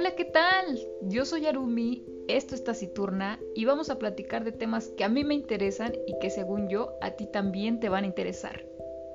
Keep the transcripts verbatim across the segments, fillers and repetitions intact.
Hola, ¿qué tal? Yo soy Arumi, esto es Taciturna y vamos a platicar de temas que a mí me interesan y que según yo a ti también te van a interesar.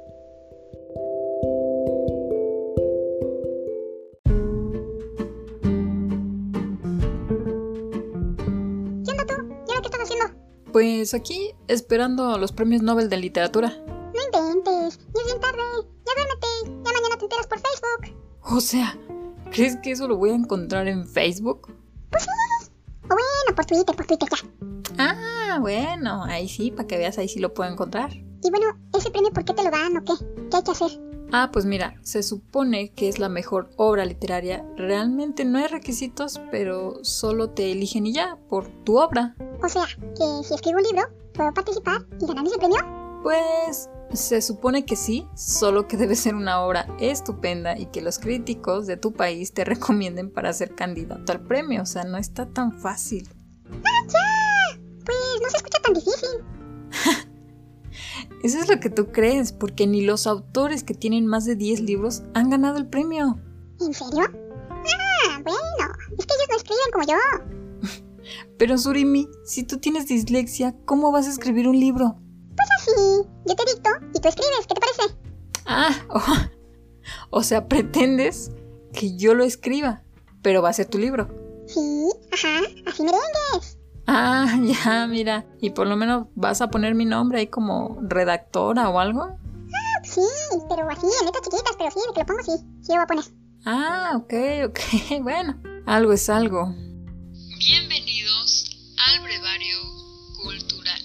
¿Qué onda tú? ¿Y ahora qué estás haciendo? Pues aquí, esperando los premios Nobel de literatura. No inventes, ya es bien tarde, ya duérmete, ya mañana te enteras por Facebook. O sea, ¿crees que eso lo voy a encontrar en Facebook? Pues sí, o bueno, por Twitter, por Twitter ya. Ah, bueno, ahí sí, para que veas, ahí sí lo puedo encontrar. Y bueno, ¿ese premio por qué te lo dan o qué? ¿Qué hay que hacer? Ah, pues mira, se supone que es la mejor obra literaria. Realmente no hay requisitos, pero solo te eligen y ya, por tu obra. O sea, que si escribo un libro, ¿puedo participar y ganar ese premio? Pues se supone que sí, solo que debe ser una obra estupenda y que los críticos de tu país te recomienden para ser candidato al premio. O sea, no está tan fácil. ¡Ah, ya! Pues no se escucha tan difícil. Eso es lo que tú crees, porque ni los autores que tienen más de diez libros han ganado el premio. ¿En serio? Ah, bueno, es que ellos no escriben como yo. Pero Surimi, si tú tienes dislexia, ¿cómo vas a escribir un libro? Pues así, yo te dicto y tú escribes, ¿qué te parece? Ah, oh, o sea, pretendes que yo lo escriba, pero va a ser tu libro. Sí, ajá, así merengues. Ah, ya, mira, y por lo menos vas a poner mi nombre ahí como redactora o algo. Ah, sí, pero así, en letras chiquitas, pero sí, de que lo pongo, sí, sí lo voy a poner. Ah, ok, ok, bueno, algo es algo. Bienvenidos al Brevario Cultural.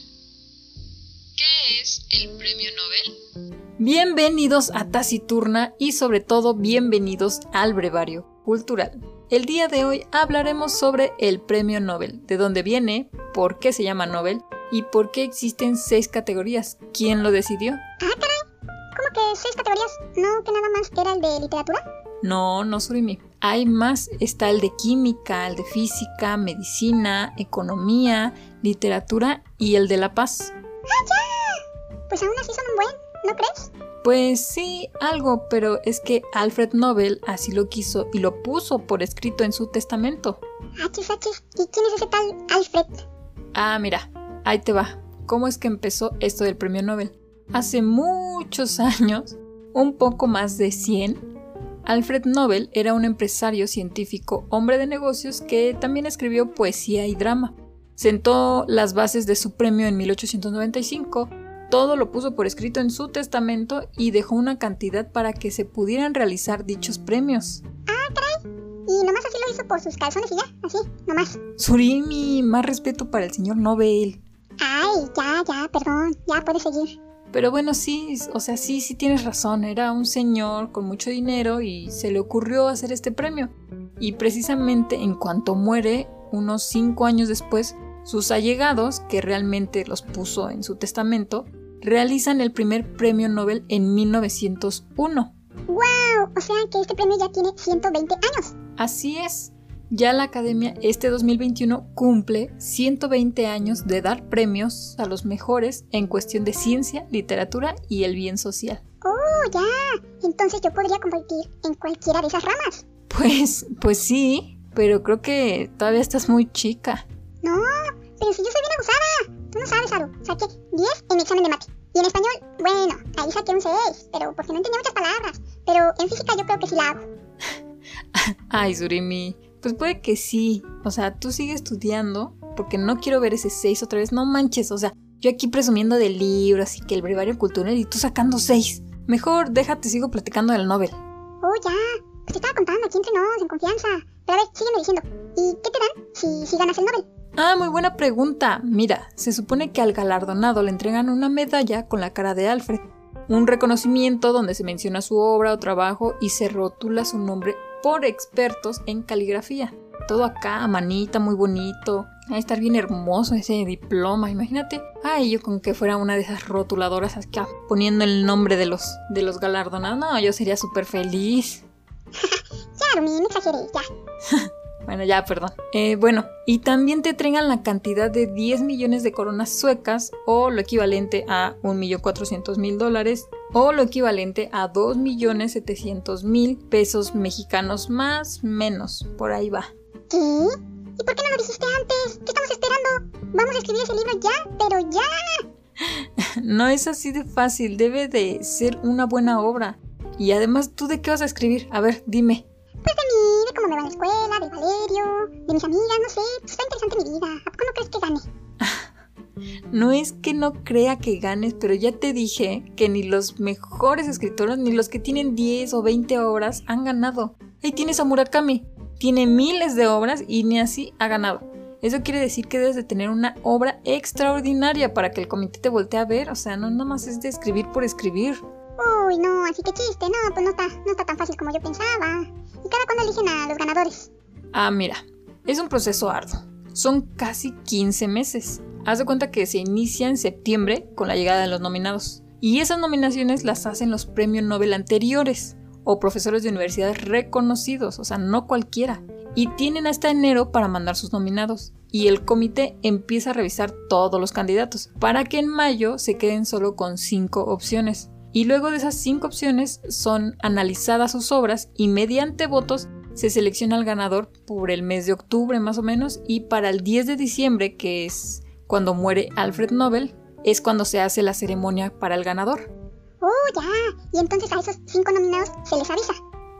¿Qué es el Premio Nobel? Bienvenidos a Taciturna y sobre todo bienvenidos al Brevario Cultural. El día de hoy hablaremos sobre el Premio Nobel, de dónde viene, por qué se llama Nobel y por qué existen seis categorías. ¿Quién lo decidió? Ah, caray, ¿cómo que seis categorías? ¿No que nada más era el de literatura? No, no, Surimi. Hay más. Está el de química, el de física, medicina, economía, literatura y el de la paz. ¡Ah, ya! Pues aún así son un buen, ¿no crees? Pues sí, algo, pero es que Alfred Nobel así lo quiso y lo puso por escrito en su testamento. Hachis, hachis, ¿y quién es ese tal Alfred? Ah, mira, ahí te va. ¿Cómo es que empezó esto del premio Nobel? Hace muchos años, un poco más de cien, Alfred Nobel era un empresario científico, hombre de negocios que también escribió poesía y drama. Sentó las bases de su premio en mil ochocientos noventa y cinco. Todo lo puso por escrito en su testamento y dejó una cantidad para que se pudieran realizar dichos premios. Ah, caray, y nomás así lo hizo por sus calzones y ya, así, nomás. Surimi, más respeto para el señor Nobel. Ay, ya, ya, perdón, ya puedes seguir. Pero bueno, sí, o sea, sí, sí tienes razón. Era un señor con mucho dinero y se le ocurrió hacer este premio. Y precisamente en cuanto muere, unos cinco años después, sus allegados, que realmente los puso en su testamento, realizan el primer premio Nobel en mil novecientos uno. ¡Wow! O sea que este premio ya tiene ciento veinte años. Así es, ya la Academia este dos mil veintiuno cumple ciento veinte años de dar premios a los mejores en cuestión de ciencia, literatura y el bien social. ¡Oh, ya! Entonces yo podría competir en cualquiera de esas ramas. Pues, pues sí, pero creo que todavía estás muy chica. No, pero si yo soy bien abusada. Tú no sabes, Aru. Saqué diez en mi examen de mate. Y en español, bueno, ahí saqué un seis, pero porque no entendía muchas palabras. Pero en física yo creo que sí la hago. Ay, Surimi, pues puede que sí. O sea, tú sigue estudiando, porque no quiero ver ese seis otra vez. No manches, o sea, yo aquí presumiendo de libros y que el brevario cultural y tú sacando seis. Mejor déjate, sigo platicando del Nobel. Oh, ya. Pues te estaba contando, aquí entre nos, en confianza. Pero a ver, sígueme diciendo. ¿Y qué te dan si, si ganas el Nobel? Ah, muy buena pregunta. Mira, se supone que al galardonado le entregan una medalla con la cara de Alfred, un reconocimiento donde se menciona su obra o trabajo y se rotula su nombre por expertos en caligrafía. Todo acá a manita, muy bonito. Va a estar bien hermoso ese diploma, imagínate. Ay, yo con que fuera una de esas rotuladoras acá poniendo el nombre de los, de los galardonados. No, yo sería súper feliz. Ya, Rumi, no exageré, ya. Bueno, ya, perdón. Eh, bueno, y también te entregan la cantidad de diez millones de coronas suecas o lo equivalente a un millón cuatrocientos mil dólares o lo equivalente a dos millones setecientos mil pesos mexicanos más menos, por ahí va. ¿Qué? ¿Y por qué no lo dijiste antes? ¿Qué estamos esperando? Vamos a escribir ese libro ya, pero ya. No es así de fácil, debe de ser una buena obra. Y además, ¿tú de qué vas a escribir? A ver, dime. Pues de mí, de cómo me va en la escuela, de Valerio, de mis amigas, no sé. Pues está interesante mi vida. ¿A poco no crees que gane? No es que no crea que ganes, pero ya te dije que ni los mejores escritores, ni los que tienen diez o veinte obras han ganado. Ahí tienes a Murakami, tiene miles de obras y ni así ha ganado. Eso quiere decir que debes de tener una obra extraordinaria para que el comité te voltee a ver. O sea, no nada más es de escribir por escribir. Uy, no, así que chiste. No, pues no está, no está tan fácil como yo pensaba. ¿Y cada cuándo eligen a los ganadores? Ah, mira, es un proceso arduo. Son casi quince meses. Haz de cuenta que se inicia en septiembre con la llegada de los nominados. Y esas nominaciones las hacen los premios Nobel anteriores o profesores de universidades reconocidos, o sea, no cualquiera. Y tienen hasta enero para mandar sus nominados. Y el comité empieza a revisar todos los candidatos para que en mayo se queden solo con cinco opciones. Y luego de esas cinco opciones son analizadas sus obras y mediante votos se selecciona al ganador por el mes de octubre más o menos, y para el diez de diciembre, que es cuando muere Alfred Nobel, es cuando se hace la ceremonia para el ganador. ¡Oh, ya! ¿Y entonces a esos cinco nominados se les avisa?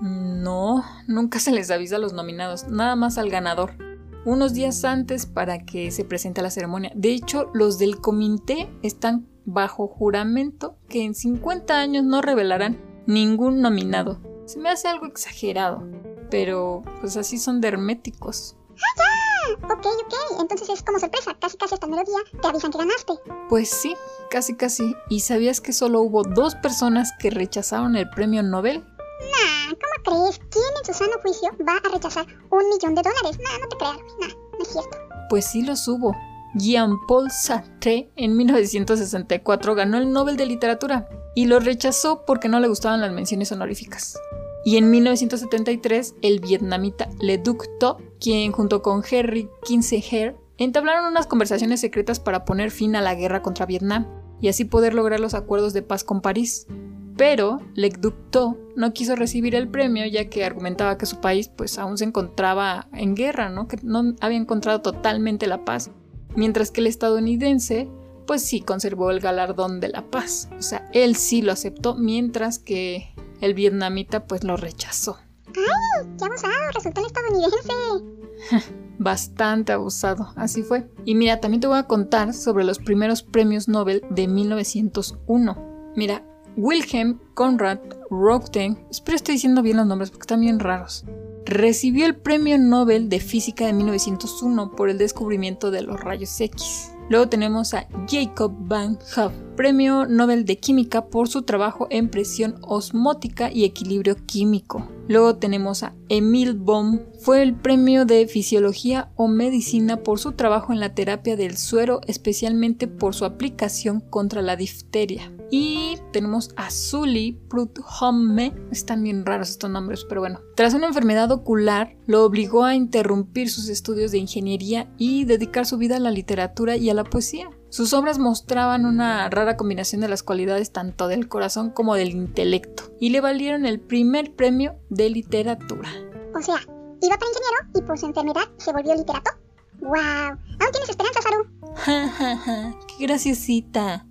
No, nunca se les avisa a los nominados, nada más al ganador. Unos días antes para que se presente a la ceremonia. De hecho, los del comité están bajo juramento que en cincuenta años no revelarán ningún nominado. Se me hace algo exagerado, pero pues así son de herméticos. ¡Ah, ya! Ok, ok, entonces es como sorpresa, casi casi hasta el mediodía te avisan que ganaste. Pues sí, casi casi. ¿Y sabías que solo hubo dos personas que rechazaron el premio Nobel? Nah, ¿cómo crees? ¿Quién en su sano juicio va a rechazar un millón de dólares? Nah, no te creas, nah, no es cierto. Pues sí los hubo. Jean-Paul Sartre en mil novecientos sesenta y cuatro ganó el Nobel de Literatura y lo rechazó porque no le gustaban las menciones honoríficas. Y en mil novecientos setenta y tres el vietnamita Le Duc Tho, quien junto con Henry Kissinger entablaron unas conversaciones secretas para poner fin a la guerra contra Vietnam y así poder lograr los acuerdos de paz con París. Pero Le Duc Tho no quiso recibir el premio ya que argumentaba que su país pues aún se encontraba en guerra, ¿no? Que no había encontrado totalmente la paz. Mientras que el estadounidense, pues sí conservó el galardón de la paz. O sea, él sí lo aceptó, mientras que el vietnamita pues lo rechazó. ¡Ay! ¡Qué abusado! Resultó el estadounidense. Bastante abusado, así fue. Y mira, también te voy a contar sobre los primeros premios Nobel de mil novecientos uno. Mira, Wilhelm Conrad Röntgen, espero estoy diciendo bien los nombres porque están bien raros, recibió el premio Nobel de Física de mil novecientos uno por el descubrimiento de los rayos X. Luego tenemos a Jacob van Hoff, premio Nobel de Química por su trabajo en presión osmótica y equilibrio químico. Luego tenemos a Emil Bohm, fue el premio de Fisiología o Medicina por su trabajo en la terapia del suero, especialmente por su aplicación contra la difteria. Y tenemos a Sully Prudhomme, están bien raros estos nombres, pero bueno. Tras una enfermedad ocular, lo obligó a interrumpir sus estudios de ingeniería y dedicar su vida a la literatura y a la poesía. Sus obras mostraban una rara combinación de las cualidades tanto del corazón como del intelecto, y le valieron el primer premio de literatura. O sea, iba para ingeniero y por su enfermedad se volvió literato. ¡Wow! ¿Aún tienes esperanza, Saru? Ja, ja, ja, qué graciosita.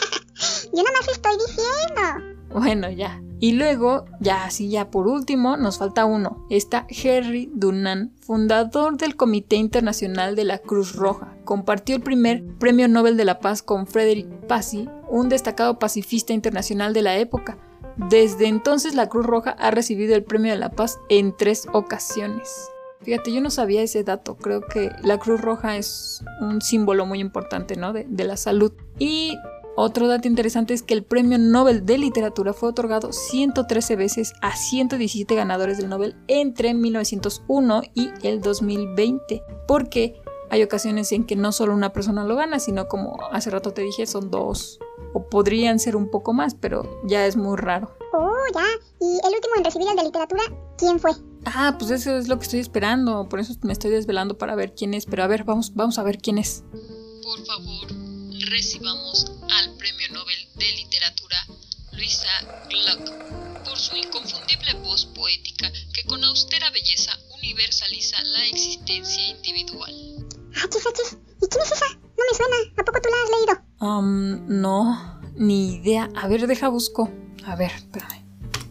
Yo nada más estoy diciendo. Bueno, ya. Y luego, ya así ya por último, nos falta uno. Está Henry Dunant, fundador del Comité Internacional de la Cruz Roja. Compartió el primer Premio Nobel de la Paz con Frederick Passy, un destacado pacifista internacional de la época. Desde entonces la Cruz Roja ha recibido el Premio de la Paz en tres ocasiones. Fíjate, yo no sabía ese dato. Creo que la Cruz Roja es un símbolo muy importante, ¿no? de, de la salud. Y otro dato interesante es que el Premio Nobel de Literatura fue otorgado ciento trece veces a ciento diecisiete ganadores del Nobel entre mil novecientos uno y el dos mil veinte, porque hay ocasiones en que no solo una persona lo gana, sino como hace rato te dije, son dos, o podrían ser un poco más, pero ya es muy raro. Oh, ya. ¿Y el último en recibir el de literatura, quién fue? Ah, pues eso es lo que estoy esperando, por eso me estoy desvelando para ver quién es, pero a ver, vamos, vamos a ver quién es. Por favor, recibamos al Premio Nobel de Literatura Louisa Gluck por su inconfundible voz poética que con austera belleza universaliza la existencia individual. Achis, achis. ¿Y quién es esa? No me suena. ¿A poco tú la has leído? Um, no, ni idea. A ver, deja busco. A ver, espérame.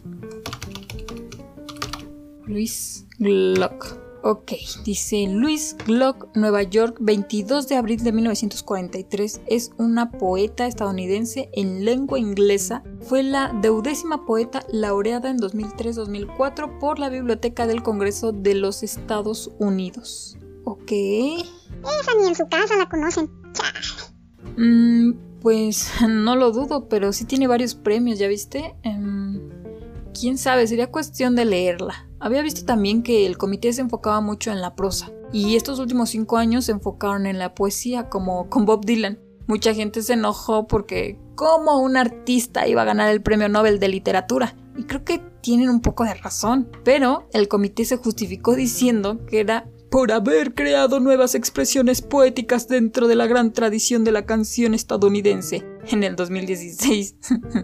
Louise Gluck. Ok, dice Louise Gluck, Nueva York, veintidós de abril de mil novecientos cuarenta y tres. Es una poeta estadounidense en lengua inglesa. Fue la duodécima poeta laureada en dos mil tres dos mil cuatro por la Biblioteca del Congreso de los Estados Unidos. Ok. Esa ni en su casa la conocen. Chale. Mm, pues no lo dudo, pero sí tiene varios premios, ¿ya viste? Um, Quién sabe, sería cuestión de leerla. Había visto también que el comité se enfocaba mucho en la prosa, y estos últimos cinco años se enfocaron en la poesía, como con Bob Dylan. Mucha gente se enojó porque ¿cómo un artista iba a ganar el premio Nobel de literatura? Y creo que tienen un poco de razón, pero el comité se justificó diciendo que era por haber creado nuevas expresiones poéticas dentro de la gran tradición de la canción estadounidense en el dos mil dieciséis.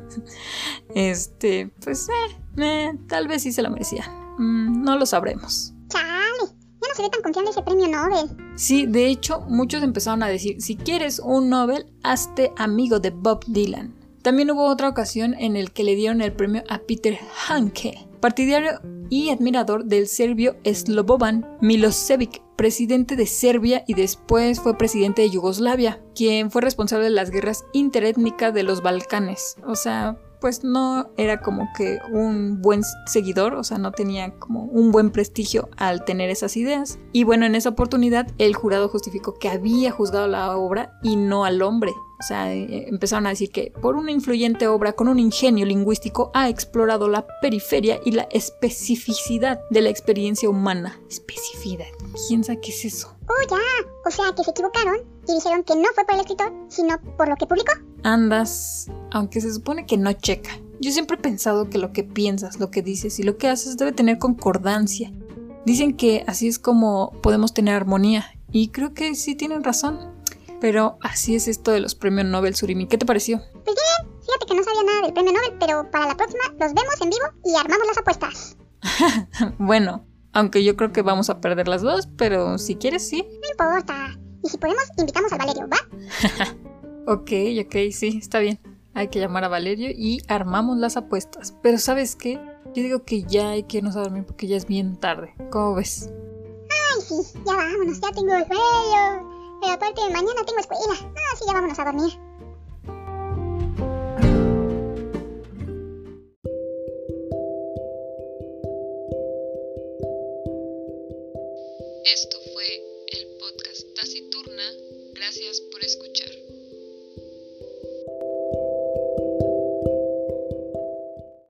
Este, pues, eh, eh, tal vez sí se lo merecía. Mm, no lo sabremos. Chale. Ya no se ve tan confiable ese premio Nobel. Sí, de hecho, muchos empezaron a decir, si quieres un Nobel, hazte amigo de Bob Dylan. También hubo otra ocasión en el que le dieron el premio a Peter Handke, partidario y admirador del serbio Slobodan Milošević, presidente de Serbia y después fue presidente de Yugoslavia, quien fue responsable de las guerras interétnicas de los Balcanes. O sea, pues no era como que un buen seguidor, o sea, no tenía como un buen prestigio al tener esas ideas. Y bueno, en esa oportunidad el jurado justificó que había juzgado la obra y no al hombre. O sea, eh, empezaron a decir que por una influyente obra con un ingenio lingüístico ha explorado la periferia y la especificidad de la experiencia humana. Especificidad. ¿Quién sabe qué es eso? Oh, ya. O sea, que se equivocaron y dijeron que no fue por el escritor, sino por lo que publicó. Andas, aunque se supone que no checa. Yo siempre he pensado que lo que piensas, lo que dices y lo que haces debe tener concordancia. Dicen que así es como podemos tener armonía. Y creo que sí tienen razón. Pero así es esto de los premios Nobel, Surimi. ¿Qué te pareció? Pues bien, fíjate que no sabía nada del premio Nobel, pero para la próxima los vemos en vivo y armamos las apuestas. Bueno, aunque yo creo que vamos a perder las dos, pero si quieres, sí. No importa. Y si podemos, invitamos a Valerio, ¿va? Ok, ok, sí, está bien. Hay que llamar a Valerio y armamos las apuestas. Pero ¿sabes qué? Yo digo que ya hay que irnos a dormir porque ya es bien tarde. ¿Cómo ves? Ay, sí, ya vámonos, ya tengo sueño. Pero aparte, mañana tengo escuela. Ah, sí, ya vámonos a dormir. Esto fue el podcast Taciturna. Gracias por escuchar.